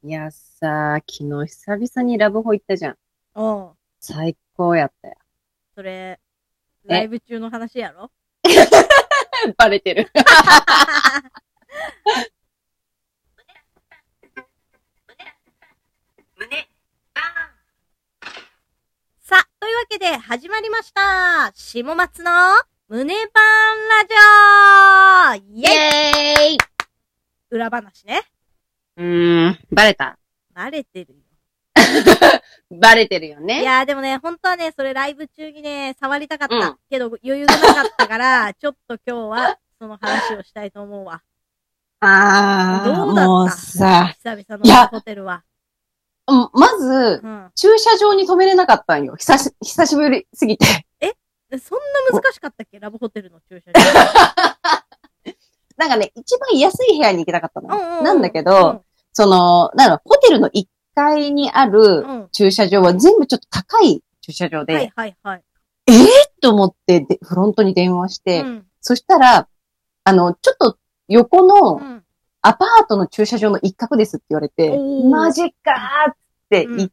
いやさ、昨日久々にラブホ行ったじゃん。 おう。 最高やったよ。 それ、ライブ中の話やろ？ バレてる。 さあ、というわけで始まりました。下松の胸パンラジオイイエーイ裏話ね。 バレたバレてるよ。 バレてるよね。 いやーでもね、本当はね、それライブ中にね、触りたかった。 うんけど余裕がなかったから、ちょっと今日はその話をしたいと思うわ。どうだったもうさ、 久々のホテルは。 まず、 うん。 駐車場に止めれなかったんよ。久しぶりすぎて。 そんな難しかったっけラブホテルの駐車場。 なんかね、一番安い部屋に行きたかったの。なんだけうんど、ホテルの1階にある駐車場は全部ちょっと高い駐車場で、 はいはいはい。 と思ってフロントに電話して、 うんそしたら、ちょっと横のうんアパートの駐車場の一角ですって言われて、 おーマジかーって言って、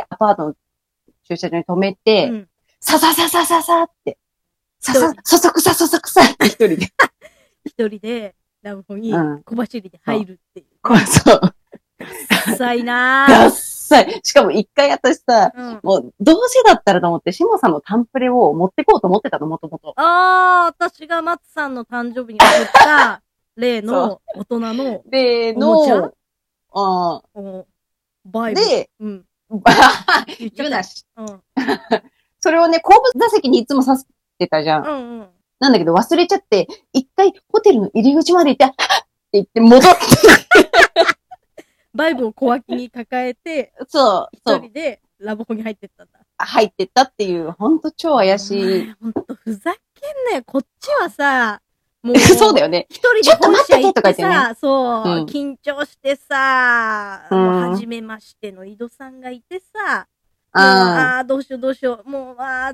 アパートの駐車場に止めて、 うんさって、そそくさって一人で。 一人でラブホにうん小走りで入るっていう。 そう。 ダサいなダぁ。 ッサい。しかも一回私さ、 うん。 もうどうせだったらと思って、シモさんのタンプレを持ってこうと思ってたの、もともと。 私が松さんの誕生日に送った例の大人ので、 おもちゃバイブ。 で、 うん。言っ言ちゃった。 うなし。 うん。 それをね、後部座席にいつもさせてたじゃん。 うんうん。 なんだけど忘れちゃって、一回ホテルの入り口まで行って、はっって言って戻って。 バイブを小脇に抱えて、 そう、 一人でラブホに入ってったんだ。 入ってったっていう、ほんと超怪しい。 ほんとふざけんなよ。こっちはさ、もう。 そうだよね。 一人で本社行ってちょっと待っててとか言ってさ、そう、 うん緊張してさ、 うんもう初めましての井戸さんがいてさ、どうしよう、もう、つって、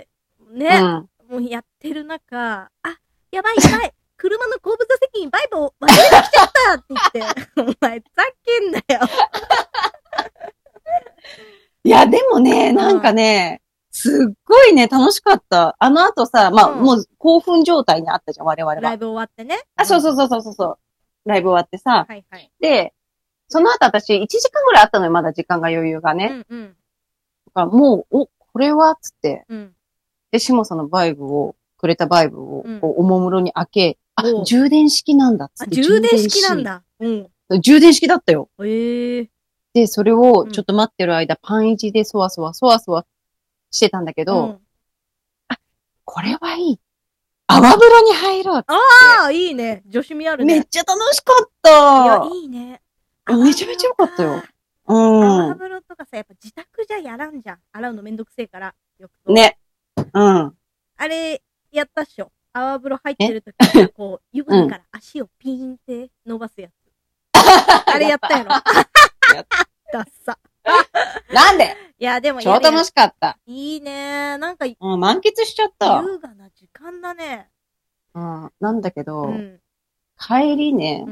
ね、もうやってる中、やばい、車の後部座席にバイブを忘れてきちゃったって言って、お前、ふざけんなよ。 いや、でもね、なんかね、すっごいね、楽しかった。あの後さ、もう興奮状態にあったじゃん、我々は。 ライブ終わってね。 そう。ライブ終わってさ。 はいはい。 で、その後私、1時間ぐらいあったのよ、まだ時間が余裕がね。もう、これはつって。で、シモさんのくれたバイブを、こう、おもむろに開け、充電式なんだっつって。 充電式なんだ。 充電式だったよ。 で、 それをちょっと待ってる間、パンイチでそわそわしてたんだけど、これはいい。泡風呂に入ろうって。 いいね。女子味あるね。 めっちゃ楽しかった。 いや、いいね。 めちゃめちゃよかったよ。 泡風呂とかさ、やっぱ自宅じゃやらんじゃん。洗うのめんどくせえから。 ね。 あれ、やったっしょ。泡風呂入ってるときに、こう、湯船から足をピーンって伸ばすやつ。あれやったやろ。ダッサ。 なんでいや、でも超楽しかった。 いいね。なんか、 満喫しちゃった。 優雅な時間だね。 なんだけど、帰りね、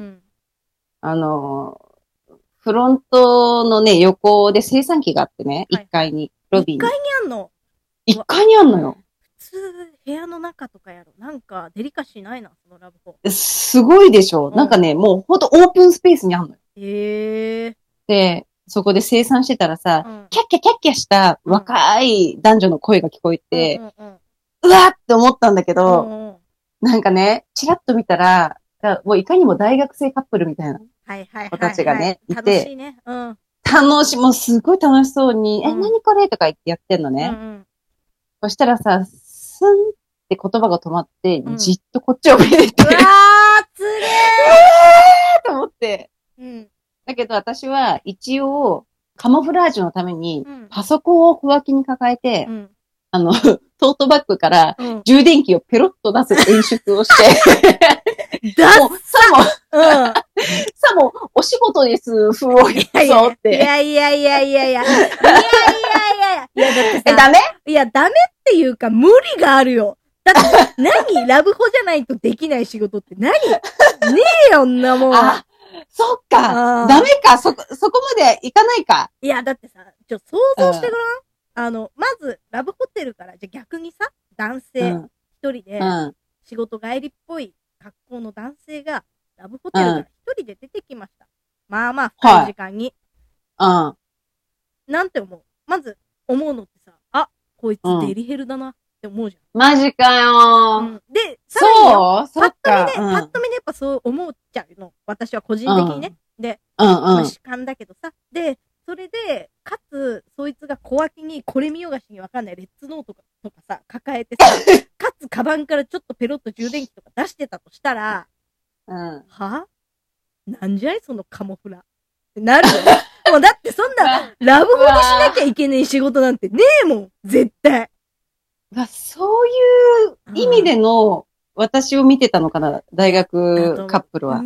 フロントのね、横で生産機があってね、1階に、ロビーに。 1階にあんの ?1 階にあんのよ。 普通、部屋の中とかやろ。なんか、デリカシーないな、そのラブホ。 すごいでしょ。なんかね、もうほんとオープンスペースにあんのよ。で、そこで生産してたらさ、キャッキャした若い男女の声が聞こえて、うわーって思ったんだけど、なんかね、チラッと見たら、もういかにも大学生カップルみたいな子たちがね、いて、 楽しいね。 もうすごい楽しそうに、何これとか言ってやってんのね。そしたらさ、スンって言葉が止まって、じっとこっちを見れて、うわーつれーと思って。だけど私は一応、カモフラージュのために、パソコンを小脇に抱えて、トートバッグから充電器をペロッと出す演出をして、さも、お仕事です、風を言そうって。 いや。 ダメ？ いや、ダメっていうか、無理があるよ。だって、ラブホじゃないとできない仕事って何ねえよんなもん。 そっか。ダメか。そこまでいかないか。 いや、だってさ、想像してごらん。まず、ラブホテルから、じゃ逆にさ、男性一人で、仕事帰りっぽい格好の男性が、ラブホテルから一人で出てきました。まあまあ、深い時間に。なんて思う？まず、思うのってさ、あ、こいつデリヘルだなって思うじゃん。 マジかよ。 で、さらによ、パッと見でやっぱそう思っちゃうの。私は個人的にね。で、主観だけどさ。で、それで、かつ、そいつが小脇にこれ見よがしにわかんないレッツノートとかさ、抱えてさ、かつカバンからちょっとペロッと充電器とか出してたとしたら、は？なんじゃいそのカモフラ。ってなるよ。もうだってそんな、ラブホにしなきゃいけない仕事なんてねえもん、絶対。 そういう意味での私を見てたのかな、大学カップルは。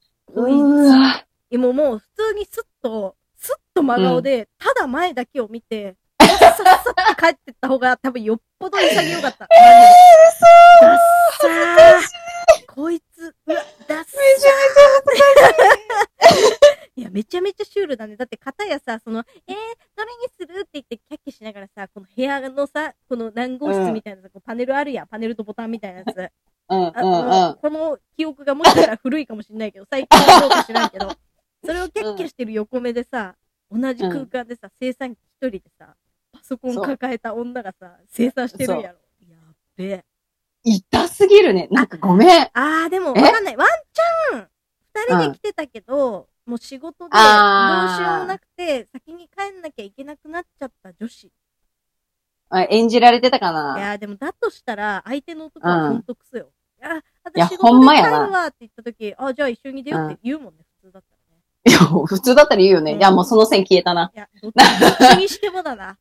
もう普通にスッと真顔で、ただ前だけを見て、さっさって帰ってった方が多分よっぽど潔かった。ダッサー。こいつ、ダッサー。めちゃめちゃ恥ずかしい。いや、めちゃめちゃシュールだね。だって片やさ、どれにするって言ってキャッキャしながらさ、この部屋のさ、この何号室みたいなさ、パネルあるやん。パネルとボタンみたいなやつ。この記憶がもしかしたら古いかもしれないけど、最近はどうか知らんけど、それをキャッキャしてる横目でさ、同じ空間でさ、生産機一人でさ、パソコン抱えた女がさ、生産してるやろ。やっべえ。 痛すぎるね。なんかごめん。 でもわかんない。ワンチャン、二人で来てたけど、もう仕事でどうしようもなくて、先に帰んなきゃいけなくなっちゃった女子。 演じられてたかな。 いや、でもだとしたら、相手の男はほんとクソよ。 私仕事で帰るわって言った時、じゃあ一緒に出ようって言うもんね、普通だったらね。 いや、普通だったら言うよね。いや、もうその線消えたな。 いや、どっちにしてもだな。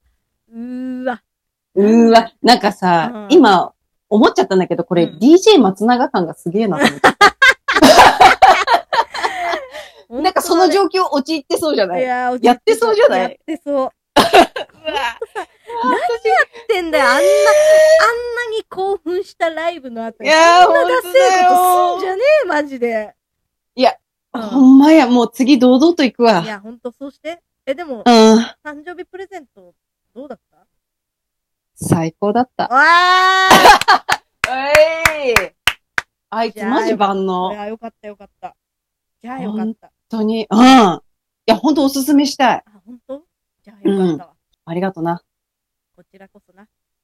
なんかさ、今、思っちゃったんだけど、これ、DJ 松永感がすげえなと思って。なんかその状況陥ってそうじゃない？やってそうじゃない？ やってそう。うわ。何やってんだよ。あんなに興奮したライブの後に。そんなダセえことすんじゃねえ、マジで。 いや、ほんまや、もう次堂々と行くわ。 いや、ほんとそうして。でも、誕生日プレゼント、どうだった？ 最高だった。あいつマジ万能。 いや、よかった。じゃあよかった。 本当に。いや、本当おすすめしたい。 本当？じゃあよかったわ。 ありがとな。 こちらこそな。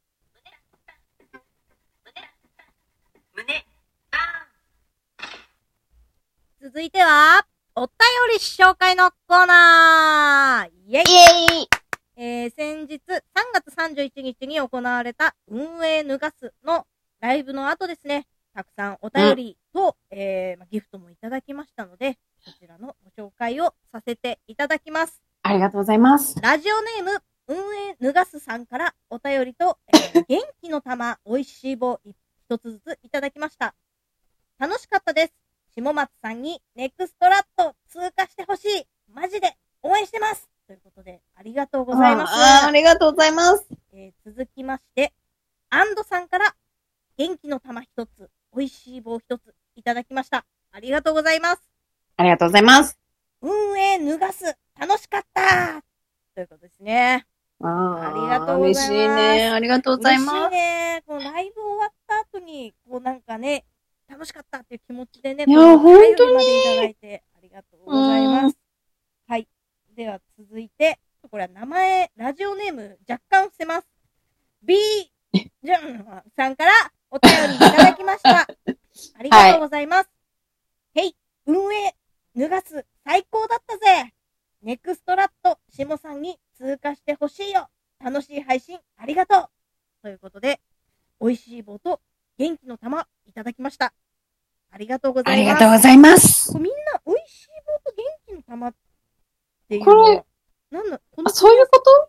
続いては、お便り紹介のコーナー。イェイ先日3月31日に行われた運営脱がすのライブの後ですね、たくさんお便りと、ギフトもいただきましたので、こちらのご紹介をさせていただきます。 ありがとうございます。 ラジオネーム、運営脱がすさんからお便りと、元気の玉、美味しい棒一つずついただきました。楽しかったです。下松さんにネクストラット通過してほしい。マジで応援してます。ということで、ありがとうございます。 ありがとうございます。 続きまして、アンドさんから元気の玉一つ、美味しい棒一ついただきました。ありがとうございます。 ありがとうございます。 運営脱がす、楽しかったということですね。ありがとうございます。 嬉しいね。ありがとうございます。 嬉しいね。このライブ終わった後に、こうなんかね、楽しかったっていう気持ちでね、 いや、本当に。 までいただいてありがとうございます。はい。では続いて、これは名前、ラジオネーム若干伏せます。B ジュンさんからお便りいただきました。ありがとうございます。へい、運営、脱がす、最高だったぜ。ネクストラット、下さんに通過してほしいよ。楽しい配信、ありがとう。ということで、美味しい棒と元気の玉いただきました。ありがとうございます。 ありがとうございます。 みんな、美味しい棒と元気の玉っていうのは、 これ、そういうこと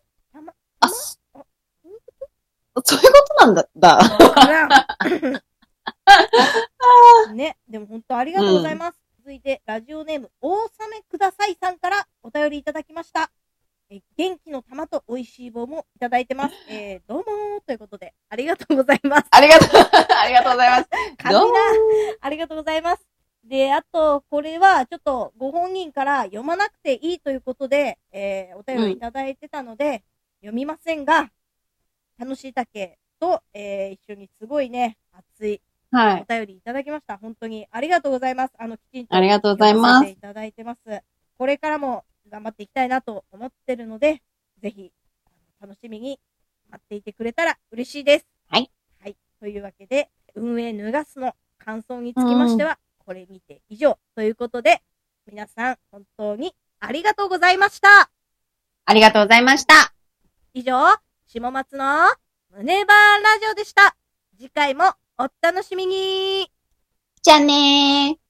そういうことなんだ。 ね、でも本当ありがとうございます。続いて、ラジオネーム、お納めくださいさんからお便りいただきました。元気の玉と美味しい棒もいただいてます。どうもーということで、ありがとうございます。 ありがとうございます。 どうもありがとうございます。 で、あと、これは、ちょっと、ご本人から読まなくていいということで、お便りいただいてたので、読みませんが、楽しいたけと、一緒にすごいね、熱い、お便りいただきました。本当にありがとうございます。きちんと。 ありがとうございます。 いただいてます。これからも頑張っていきたいなと思ってるので、ぜひ、楽しみに待っていてくれたら嬉しいです。 はい。 はい。というわけで、運営脱がすの感想につきましては、これにて以上ということで、皆さん本当にありがとうございました。 ありがとうございました。 以上、下松の胸バーラジオでした。次回もお楽しみに。 じゃあねー。